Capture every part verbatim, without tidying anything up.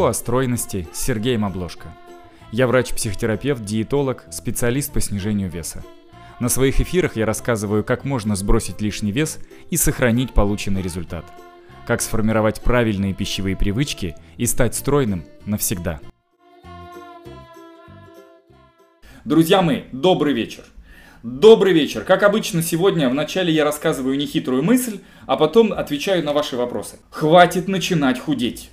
Инфо о стройности с Сергеем Обложко. Я врач-психотерапевт, диетолог, специалист по снижению веса. На своих эфирах я рассказываю, как можно сбросить лишний вес и сохранить полученный результат. Как сформировать правильные пищевые привычки и стать стройным навсегда. Друзья мои, добрый вечер. Добрый вечер. Как обычно, сегодня вначале я рассказываю нехитрую мысль, а потом отвечаю на ваши вопросы. Хватит начинать худеть.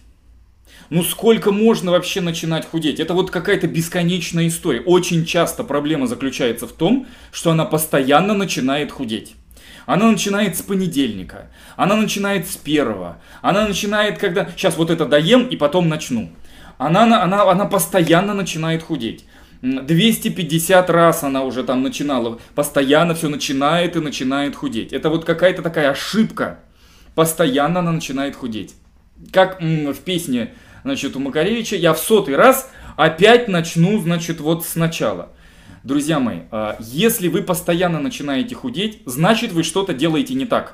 Ну сколько можно вообще начинать худеть? Это вот какая-то бесконечная история. Очень часто проблема заключается в том, что она постоянно начинает худеть. Она начинает с понедельника, она начинает с первого, она начинает, когда сейчас вот это доем и потом начну. Она, она, она постоянно начинает худеть. двести пятьдесят раз она уже там начинала, постоянно все начинает и начинает худеть. Это вот какая-то такая ошибка. Постоянно она начинает худеть. Как м, в песне, значит, у Макаревича, я в сотый раз опять начну, значит, вот сначала. Друзья мои, если вы постоянно начинаете худеть, значит вы что-то делаете не так.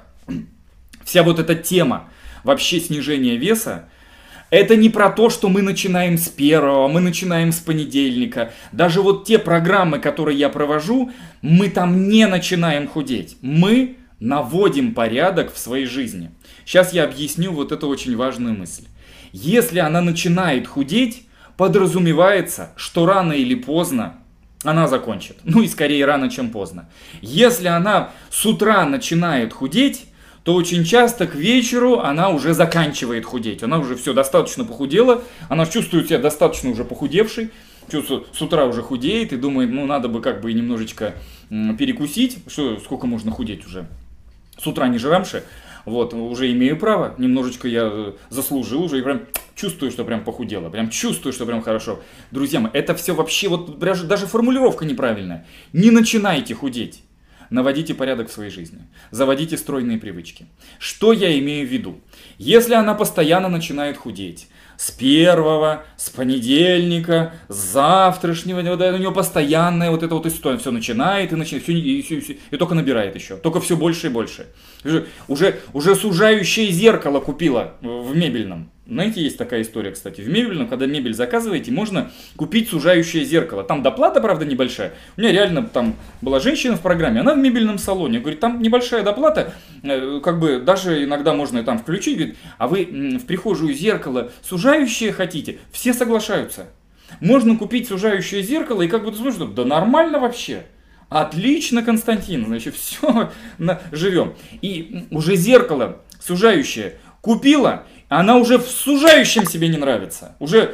Вся вот эта тема вообще снижения веса, это не про то, что мы начинаем с первого, мы начинаем с понедельника. Даже вот те программы, которые я провожу, мы там не начинаем худеть. Мы наводим порядок в своей жизни. Сейчас я объясню вот эту очень важную мысль. Если она начинает худеть, подразумевается, что рано или поздно она закончит. Ну и скорее рано, чем поздно. Если она с утра начинает худеть, то очень часто к вечеру она уже заканчивает худеть. Она уже все достаточно похудела, она чувствует себя достаточно уже похудевшей, чувствует, с утра уже худеет и думает, ну надо бы как бы немножечко перекусить, что сколько можно худеть уже. С утра не жрамши, вот, уже имею право, немножечко я заслужил уже и прям чувствую, что прям похудела, прям чувствую, что прям хорошо. Друзья мои, это все вообще, вот даже, даже формулировка неправильная. Не начинайте худеть. Наводите порядок в своей жизни. Заводите стройные привычки. Что я имею в виду? Если она постоянно начинает худеть, с первого, с понедельника, с завтрашнего, да, у нее постоянная вот эта вот история. Все начинает и начинает, все, и, все, и, и только набирает еще. Только все больше и больше. Уже, уже сужающее зеркало купила в мебельном. Знаете, есть такая история, кстати. В мебельном, когда мебель заказываете, можно купить сужающее зеркало. Там доплата, правда, небольшая. У меня реально там была женщина в программе, она в мебельном салоне. Говорит, там небольшая доплата, как бы даже иногда можно там включить. Говорит, а вы в прихожую зеркало сужающее хотите? Все соглашаются. Можно купить сужающее зеркало и как бы ты смотришь, да нормально вообще. Отлично, Константин, значит, все, живем. И уже зеркало сужающее купила, она уже в сужающем себе не нравится. Уже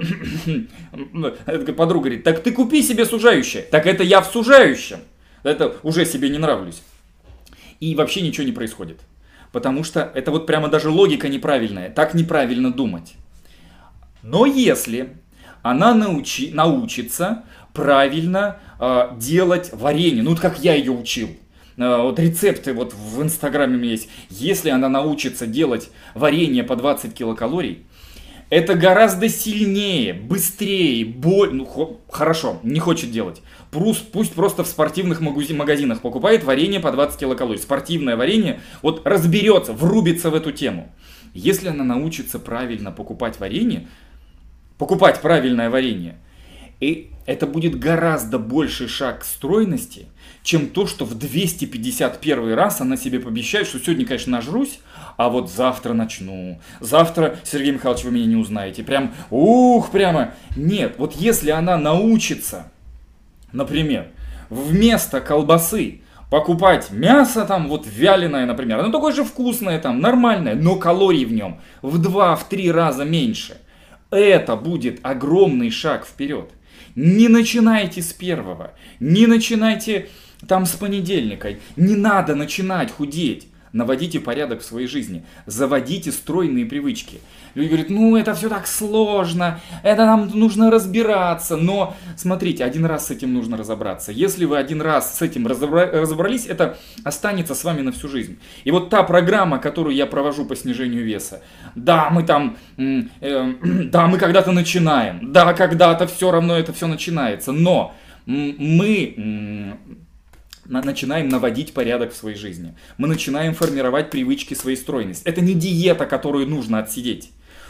э, подруга говорит, так ты купи себе сужающее. Так это я в сужающем. Это уже себе не нравлюсь. И вообще ничего не происходит. Потому что это вот прямо даже логика неправильная. Так неправильно думать. Но если она научи, научится правильно э, делать варенье, ну вот как я ее учил. Вот рецепты вот в Инстаграме у меня есть. Если она научится делать варенье по двадцать килокалорий, это гораздо сильнее, быстрее, боль... Ну, хорошо, не хочет делать. Пусть, пусть просто в спортивных магазинах покупает варенье по двадцать килокалорий. Спортивное варенье, вот разберется, врубится в эту тему. Если она научится правильно покупать варенье, покупать правильное варенье, и это будет гораздо больший шаг к стройности, чем то, что в двести пятьдесят первый раз она себе пообещает, что сегодня, конечно, нажрусь, а вот завтра начну. Завтра, Сергей Михайлович, вы меня не узнаете. Прям, ух, прямо. Нет, вот если она научится, например, вместо колбасы покупать мясо там вот вяленое, например, оно такое же вкусное там, нормальное, но калорий в нем в два-три раза меньше. Это будет огромный шаг вперед. Не начинайте с первого, не начинайте там с понедельника, не надо начинать худеть. Наводите порядок в своей жизни, заводите стройные привычки. Люди говорят, ну это все так сложно, это нам нужно разбираться. Но смотрите, один раз с этим нужно разобраться. Если вы один раз с этим разобрались, это останется с вами на всю жизнь. И вот та программа, которую я провожу по снижению веса, да, мы там, э, э, да, мы когда-то начинаем, да, когда-то все равно это все начинается, но мы... начинаем наводить порядок в своей жизни. Мы начинаем формировать привычки своей стройности. Это не диета, которую нужно отсидеть.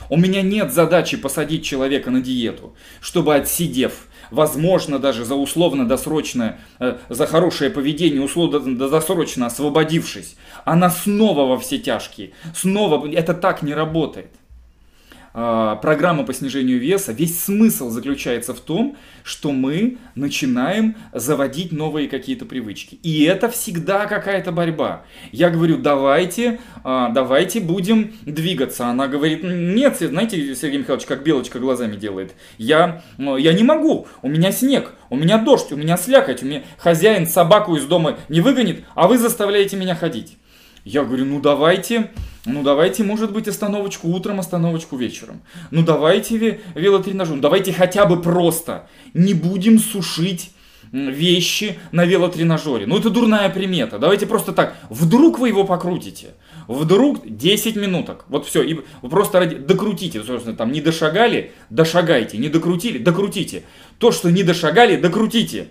У меня нет задачи посадить человека на диету, чтобы отсидев, возможно, даже за условно-досрочное, э, за хорошее поведение, условно-досрочно освободившись, она снова во все тяжкие, снова, это так не работает. Программа по снижению веса, весь смысл заключается в том, что мы начинаем заводить новые какие-то привычки. И это всегда какая-то борьба. Я говорю, давайте, давайте будем двигаться. Она говорит, нет, знаете, Сергей Михайлович, как белочка глазами делает. Я, я не могу, у меня снег, у меня дождь, у меня слякоть, у меня хозяин собаку из дома не выгонит, а вы заставляете меня ходить. Я говорю, ну давайте, ну давайте, может быть, остановочку утром, остановочку вечером. Ну давайте велотренажер, ну давайте хотя бы просто не будем сушить вещи на велотренажере. Ну это дурная примета. Давайте просто так, вдруг вы его покрутите. Вдруг десять минуток. Вот все, и просто ради... докрутите. Собственно, там не дошагали, дошагайте. Не докрутили, докрутите. То, что не дошагали, докрутите.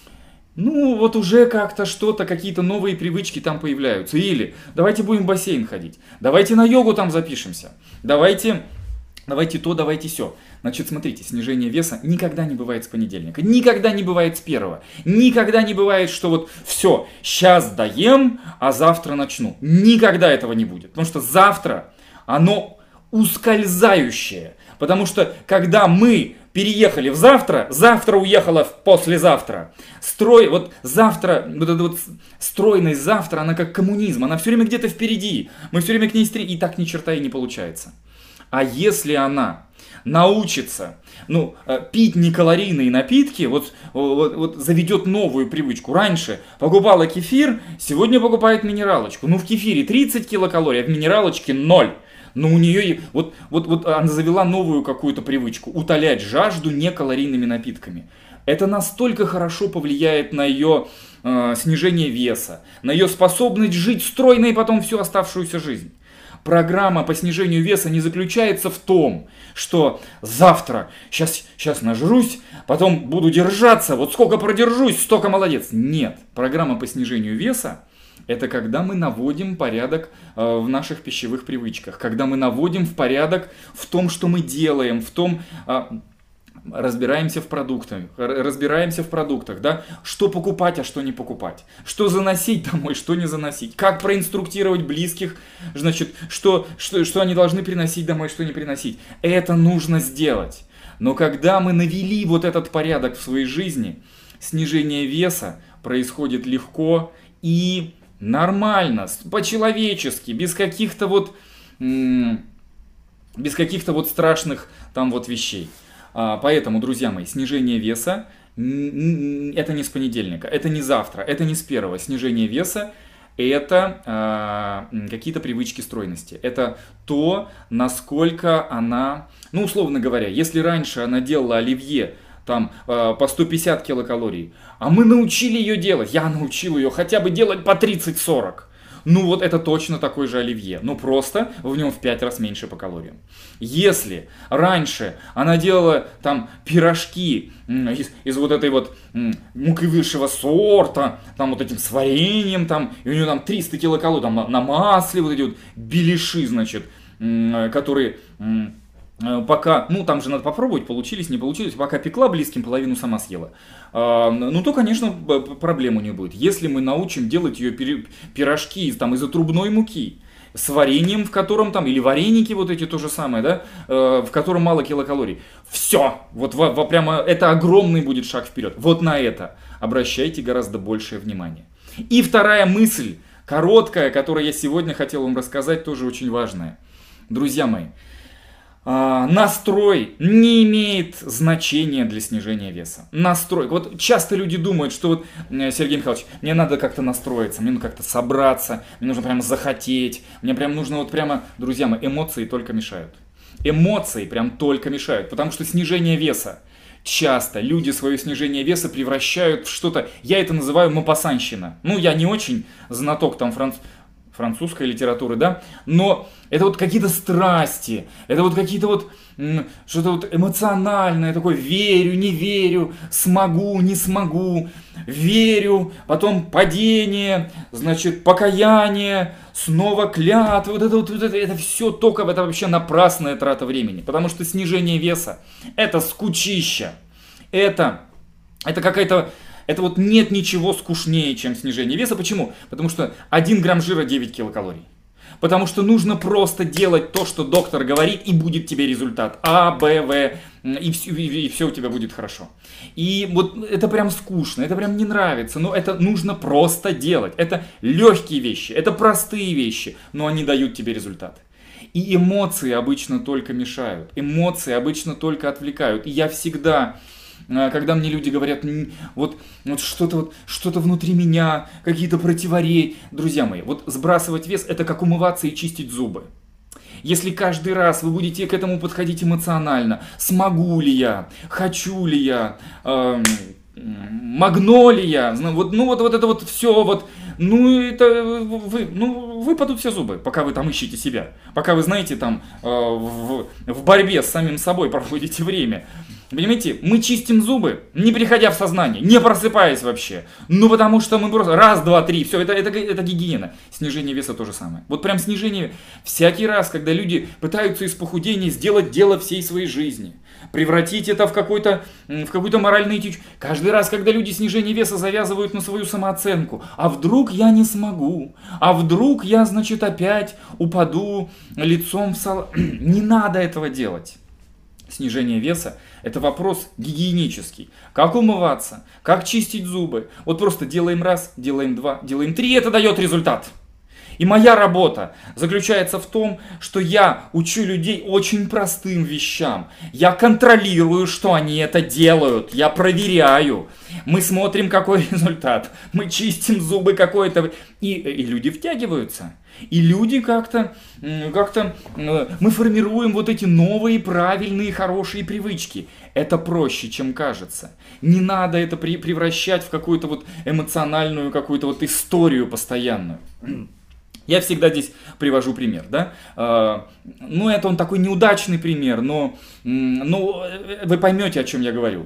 Ну, вот уже как-то что-то, какие-то новые привычки там появляются. Или давайте будем в бассейн ходить. Давайте на йогу там запишемся. Давайте, давайте то, давайте сё. Значит, смотрите, снижение веса никогда не бывает с понедельника. Никогда не бывает с первого. Никогда не бывает, что вот все, сейчас доем, а завтра начну. Никогда этого не будет. Потому что завтра оно ускользающее. Потому что когда мы переехали в завтра, завтра уехала в послезавтра. Строй, вот завтра, вот эта вот стройность завтра, она как коммунизм, она все время где-то впереди. Мы все время к ней стремимся, и так ни черта и не получается. А если она научится, ну, пить некалорийные напитки, вот, вот, вот заведет новую привычку. Раньше покупала кефир, сегодня покупает минералочку. Ну, в кефире тридцать килокалорий, а в минералочке ноль. Но у нее, вот, вот, вот она завела новую какую-то привычку, утолять жажду некалорийными напитками. Это настолько хорошо повлияет на ее э, снижение веса, на ее способность жить стройно и потом всю оставшуюся жизнь. Программа по снижению веса не заключается в том, что завтра, сейчас, сейчас нажрусь, потом буду держаться, вот сколько продержусь, столько молодец. Нет, программа по снижению веса — это когда мы наводим порядок э, в наших пищевых привычках, когда мы наводим в порядок в том, что мы делаем, в том, э, разбираемся в продуктах, разбираемся в продуктах, да, что покупать, а что не покупать, что заносить домой, что не заносить, как проинструктировать близких, значит, что, что, что они должны приносить домой, что не приносить. Это нужно сделать. Но когда мы навели вот этот порядок в своей жизни, снижение веса происходит легко и нормально, по-человечески, без каких-то вот, без каких-то вот страшных там вот вещей. Поэтому, друзья мои, снижение веса это не с понедельника, это не завтра, это не с первого. Снижение веса это э, какие-то привычки стройности. Это то, насколько она, ну условно говоря, если раньше она делала оливье там э, по сто пятьдесят килокалорий, а мы научили ее делать, я научил ее хотя бы делать по тридцать-сорок. Ну вот это точно такой же оливье, но просто в нем в пять раз меньше по калориям. Если раньше она делала там пирожки из, из вот этой вот муки высшего сорта, там вот этим с вареньем, там, и у нее там триста килокалорий, там на масле вот эти вот беляши, значит, которые... Пока, ну там же надо попробовать, получились, не получились, пока пекла близким, половину сама съела. А, ну то, конечно, проблем у нее будет. Если мы научим делать ее пирожки из, там, из отрубной муки, с вареньем, в котором там, или вареники вот эти то же самое, да, э, в котором мало килокалорий. Все, вот в, в, прямо это огромный будет шаг вперед. Вот на это обращайте гораздо большее внимание. И вторая мысль, короткая, которую я сегодня хотел вам рассказать, тоже очень важная. Друзья мои, настрой не имеет значения для снижения веса. Настрой. Вот часто люди думают, что вот, Сергей Михайлович, мне надо как-то настроиться, мне нужно как-то собраться, мне нужно прямо захотеть, мне прям нужно вот прямо, друзья мои, эмоции только мешают. Эмоции прям только мешают, потому что снижение веса, часто люди свое снижение веса превращают в что-то, я это называю мопассанщина. Ну, я не очень знаток там французского, французской литературы, да, но это вот какие-то страсти, это вот какие-то вот что-то вот эмоциональное, такое верю, не верю, смогу, не смогу, верю, потом падение, значит, покаяние, снова клятва, вот это вот, вот это, это все только, это вообще напрасная трата времени, потому что снижение веса это скучища, это, это какая-то, это вот нет ничего скучнее, чем снижение веса. Почему? Потому что один грамм жира девять килокалорий. Потому что нужно просто делать то, что доктор говорит, и будет тебе результат. А, Б, В, и все, и, и все у тебя будет хорошо. И вот это прям скучно, это прям не нравится, но это нужно просто делать. Это легкие вещи, это простые вещи, но они дают тебе результат. И эмоции обычно только мешают, эмоции обычно только отвлекают. И я всегда... Когда мне люди говорят, вот, вот что-то вот, что-то внутри меня, какие-то противоречия. Друзья мои, вот сбрасывать вес это как умываться и чистить зубы. Если каждый раз вы будете к этому подходить эмоционально, смогу ли я, хочу ли я, э, могно ли я, вот, ну вот, вот это вот все, вот, ну это вы, ну выпадут все зубы, пока вы там ищете себя, пока вы знаете там э, в, в борьбе с самим собой проводите время. Понимаете, мы чистим зубы, не приходя в сознание, не просыпаясь вообще. Ну потому что мы просто раз, два, три, все, это, это, это гигиена. Снижение веса то же самое. Вот прям снижение всякий раз, когда люди пытаются из похудения сделать дело всей своей жизни, превратить это в какой-то в какую-то моральную этичку. Каждый раз, когда люди снижение веса завязывают на свою самооценку. А вдруг я не смогу? А вдруг я, значит, опять упаду лицом в салат? Не надо этого делать. Снижение веса – это вопрос гигиенический. Как умываться, как чистить зубы. Вот просто делаем раз, делаем два, делаем три, это дает результат. И моя работа заключается в том, что я учу людей очень простым вещам. Я контролирую, что они это делают. Я проверяю. Мы смотрим, какой результат. Мы чистим зубы какое-то. И, и люди втягиваются. И люди как-то, как-то, мы формируем вот эти новые, правильные, хорошие привычки. Это проще, чем кажется. Не надо это превращать в какую-то вот эмоциональную, какую-то вот историю постоянную. Я всегда здесь привожу пример, да, ну это он такой неудачный пример, но, но вы поймете, о чем я говорю.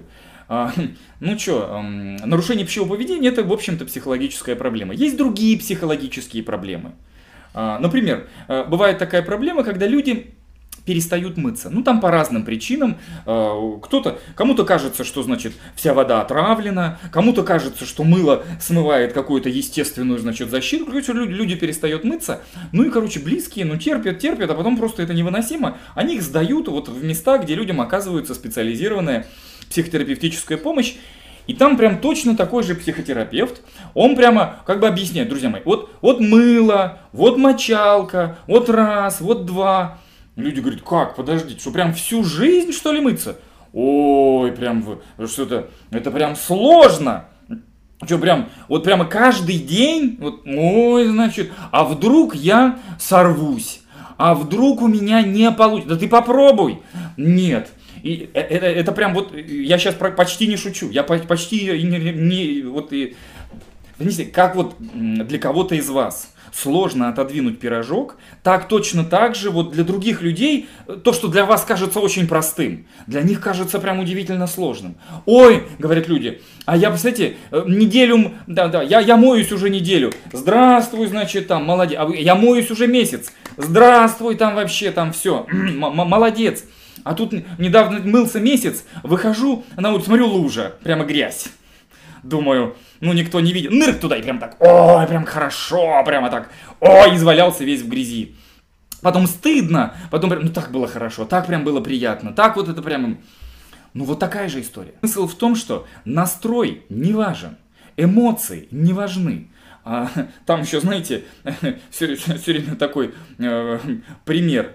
Ну что, нарушение пищевого поведения – это, в общем-то, психологическая проблема. Есть другие психологические проблемы. Например, бывает такая проблема, когда люди перестают мыться. Ну, там по разным причинам. Кто-то, кому-то кажется, что, значит, вся вода отравлена, кому-то кажется, что мыло смывает какую-то естественную, значит, защиту. Короче, люди, люди перестают мыться. Ну и, короче, близкие, ну, терпят, терпят, а потом просто это невыносимо. Они их сдают вот в места, где людям оказывается специализированная психотерапевтическая помощь. И там прям точно такой же психотерапевт, он прямо как бы объясняет, друзья мои, вот, вот мыло, вот мочалка, вот раз, вот два. Люди говорят, как, подождите, что прям всю жизнь, что ли, мыться? Ой, прям, что-то, это прям сложно. Что, прям, вот прямо каждый день, вот, ой, значит, а вдруг я сорвусь? А вдруг у меня не получится? Да ты попробуй. Нет. И это, это прям вот, я сейчас почти не шучу, я почти не, не вот, и, знаете, как вот для кого-то из вас сложно отодвинуть пирожок, так точно так же вот для других людей то, что для вас кажется очень простым, для них кажется прям удивительно сложным. Ой, говорят люди, а я, представляете, неделю, да, да, я, я моюсь уже неделю, здравствуй, значит, там, молодец, а я моюсь уже месяц, здравствуй, там вообще, там все, молодец. А тут недавно мылся месяц, выхожу на улицу, смотрю, лужа, прямо грязь. Думаю, ну никто не видит, нырк туда и прям так, ой, прям хорошо, прямо так, ой, извалялся весь в грязи. Потом стыдно, потом прям, ну так было хорошо, так прям было приятно, так вот это прям, ну вот такая же история. Смысл в том, что настрой не важен, эмоции не важны. А, там еще, знаете, все, все время такой э, пример.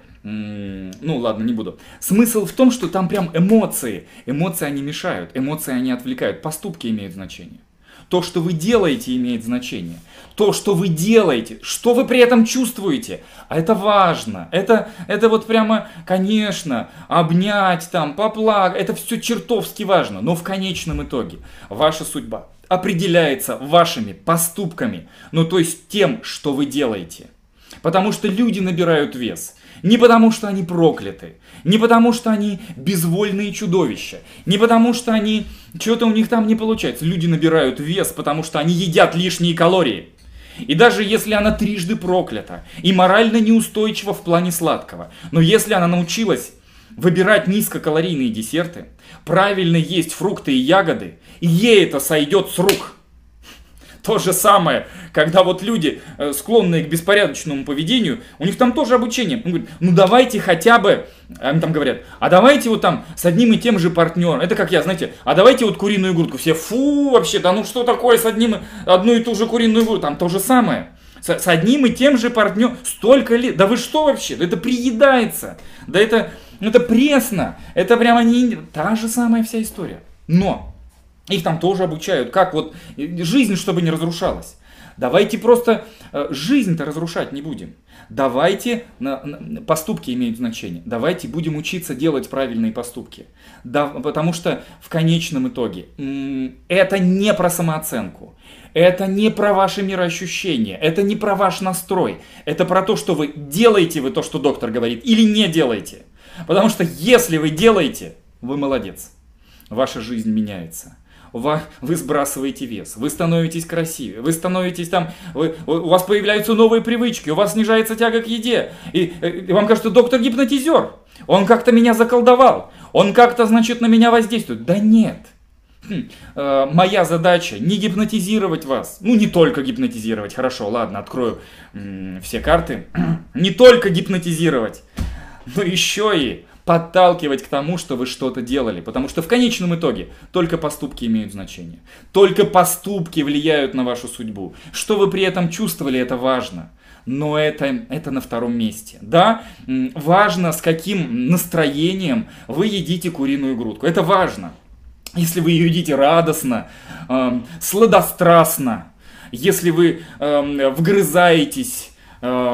Ну ладно, не буду. Смысл в том, что там прям эмоции. Эмоции они мешают, эмоции они отвлекают. Поступки имеют значение. То, что вы делаете, имеет значение. То, что вы делаете, что вы при этом чувствуете. А это важно. Это, это вот прямо, конечно, обнять там, поплакать. Это все чертовски важно. Но в конечном итоге ваша судьба определяется вашими поступками. Ну то есть тем, что вы делаете. Потому что люди набирают вес. Не потому что они прокляты, не потому что они безвольные чудовища, не потому что они, что-то у них там не получается. Люди набирают вес, потому что они едят лишние калории. И даже если она трижды проклята и морально неустойчива в плане сладкого, но если она научилась выбирать низкокалорийные десерты, правильно есть фрукты и ягоды, и ей это сойдет с рук. То же самое, когда вот люди, склонные к беспорядочному поведению, у них там тоже обучение. Он говорит, ну давайте хотя бы, они там говорят, а давайте вот там с одним и тем же партнером. Это как я, знаете, а давайте вот куриную грудку. Все, фу, вообще, да ну что такое с одним, одну и ту же куриную грудку. Там то же самое. С, с одним и тем же партнером. Столько лет. Да вы что вообще? Да это приедается. Да это, это пресно. Это прямо не... Та же самая вся история. Но... Их там тоже обучают, как вот жизнь, чтобы не разрушалась. Давайте просто э, жизнь-то разрушать не будем. Давайте, на, на, поступки имеют значение. Давайте будем учиться делать правильные поступки. Да, потому что в конечном итоге м- это не про самооценку. Это не про ваши мироощущения. Это не про ваш настрой. Это про то, что вы делаете вы то, что доктор говорит, или не делаете. Потому что если вы делаете, вы молодец. Ваша жизнь меняется. Вы сбрасываете вес, вы становитесь красивее, вы становитесь там, вы, у вас появляются новые привычки, у вас снижается тяга к еде. И, и вам кажется, доктор гипнотизер, он как-то меня заколдовал, он как-то, значит, на меня воздействует. Да нет. Хм, э, моя задача не гипнотизировать вас, ну не только гипнотизировать, хорошо, ладно, открою м- все карты, не только гипнотизировать, но еще и подталкивать к тому, что вы что-то делали. Потому что в конечном итоге только поступки имеют значение. Только поступки влияют на вашу судьбу. Что вы при этом чувствовали, это важно. Но это, это на втором месте. Да, важно, с каким настроением вы едите куриную грудку. Это важно. Если вы ее едите радостно, э, сладострастно, если вы э, вгрызаетесь э,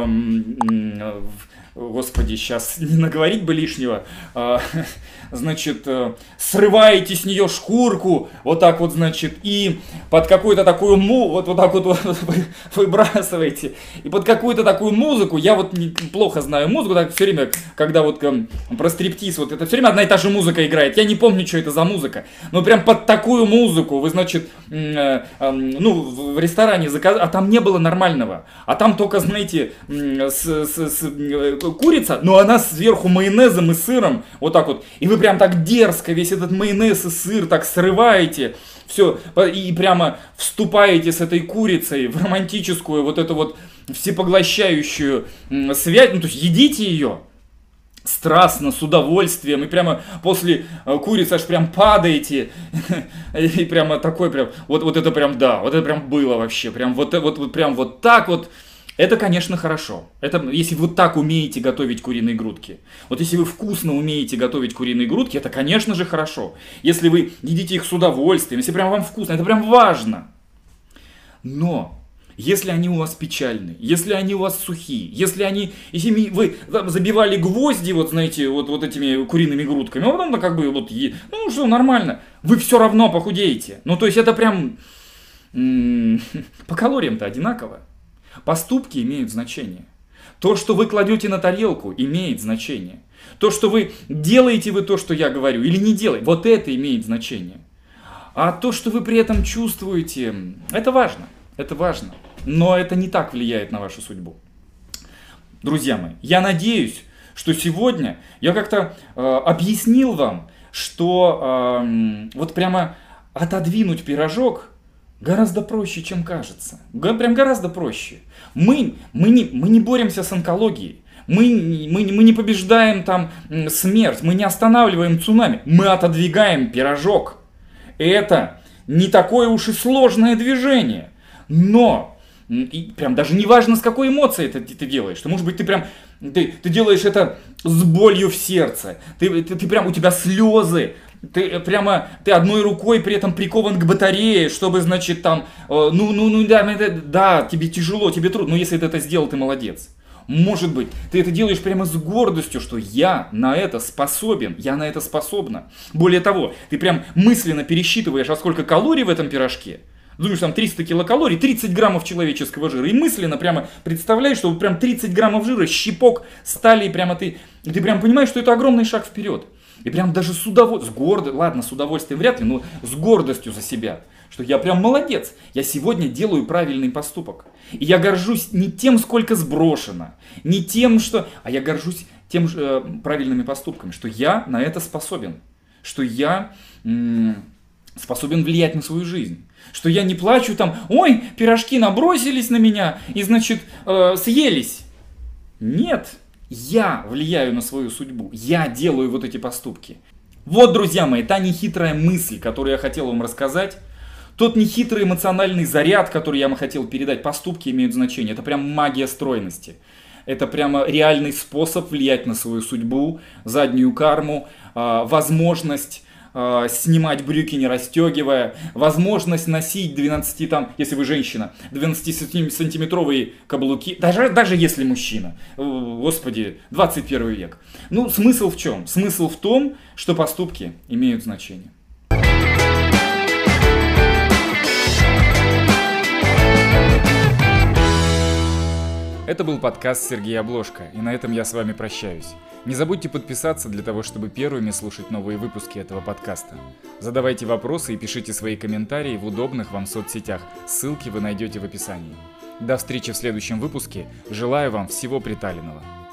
в Господи, сейчас не наговорить бы лишнего, а, значит, срываете с нее шкурку, вот так вот, значит, и под какую-то такую, му, вот, вот так вот, вот вы, выбрасываете, и под какую-то такую музыку, я вот не, плохо знаю музыку, так все время, когда вот um, про стриптиз, вот это все время одна и та же музыка играет, я не помню, что это за музыка, но прям под такую музыку вы, значит, э, э, ну, в ресторане заказали, а там не было нормального, а там только, знаете, с, с, с курица, но она сверху майонезом и сыром, вот так вот, и вы прям так дерзко весь этот майонез и сыр так срываете, все, и прямо вступаете с этой курицей в романтическую вот эту вот всепоглощающую связь, ну то есть едите ее страстно, с удовольствием, и прямо после курицы аж прям падаете, и прямо такой прям, вот, вот это прям, да, вот это прям было вообще, прям вот, вот, вот прям вот так вот. Это, конечно, хорошо. Это, если вы так умеете готовить куриные грудки. Вот если вы вкусно умеете готовить куриные грудки, это, конечно же, хорошо. Если вы едите их с удовольствием, если прям вам вкусно, это прям важно. Но если они у вас печальные, если они у вас сухие, если они, если вы там, забивали гвозди, вот знаете, вот, вот этими куриными грудками, а потом как бы вот, ну что, нормально, вы все равно похудеете. Ну, то есть это прям м- по калориям-то одинаково. Поступки имеют значение. То, что вы кладете на тарелку, имеет значение. То, что вы делаете вы то, что я говорю, или не делаете, вот это имеет значение. А то, что вы при этом чувствуете, это важно. Это важно. Но это не так влияет на вашу судьбу. Друзья мои, я надеюсь, что сегодня я как-то э, объяснил вам, что э, вот прямо отодвинуть пирожок гораздо проще, чем кажется. Прям гораздо проще. Мы, мы, не, мы не боремся с онкологией. Мы, мы, мы не побеждаем там смерть. Мы не останавливаем цунами. Мы отодвигаем пирожок. Это не такое уж и сложное движение. Но, и прям даже не важно, с какой эмоцией это ты делаешь. Что, может быть, ты прям ты, ты делаешь это с болью в сердце. Ты, ты, ты прям, у тебя слезы. Ты прямо, ты одной рукой при этом прикован к батарее, чтобы, значит, там, э, ну, ну, ну, да, да, тебе тяжело, тебе трудно, но если ты это сделал, ты молодец. Может быть, ты это делаешь прямо с гордостью, что я на это способен, я на это способна. Более того, ты прям мысленно пересчитываешь, а сколько калорий в этом пирожке, Думаешь, там триста килокалорий, тридцать граммов человеческого жира. И мысленно прямо представляешь, что вот прям тридцать граммов жира, щипок стали, и прямо ты, и ты прям понимаешь, что это огромный шаг вперед. И прям даже с удовольствием, с гордостью, ладно, с удовольствием вряд ли, но с гордостью за себя. Что я прям молодец, я сегодня делаю правильный поступок. И я горжусь не тем, сколько сброшено, не тем, что... А я горжусь тем э, правильными поступками, что я на это способен. Что я м- способен влиять на свою жизнь. Что я не плачу там, ой, пирожки набросились на меня и, значит, э, съелись. Нет, я влияю на свою судьбу, я делаю вот эти поступки. Вот, друзья мои, та нехитрая мысль, которую я хотел вам рассказать, тот нехитрый эмоциональный заряд, который я вам хотел передать, поступки имеют значение. Это прям магия стройности. Это прямо реальный способ влиять на свою судьбу, заднюю карму, э, возможность снимать брюки не расстегивая, возможность носить двенадцати, там, если вы женщина, двенадцатисантиметровые каблуки, даже, даже если мужчина. Господи, двадцать первый век. Ну, смысл в чем? Смысл в том, что поступки имеют значение. Это был подкаст Сергея Обложка, и на этом я с вами прощаюсь. Не забудьте подписаться для того, чтобы первыми слушать новые выпуски этого подкаста. Задавайте вопросы и пишите свои комментарии в удобных вам соцсетях, ссылки вы найдете в описании. До встречи в следующем выпуске, желаю вам всего приталенного.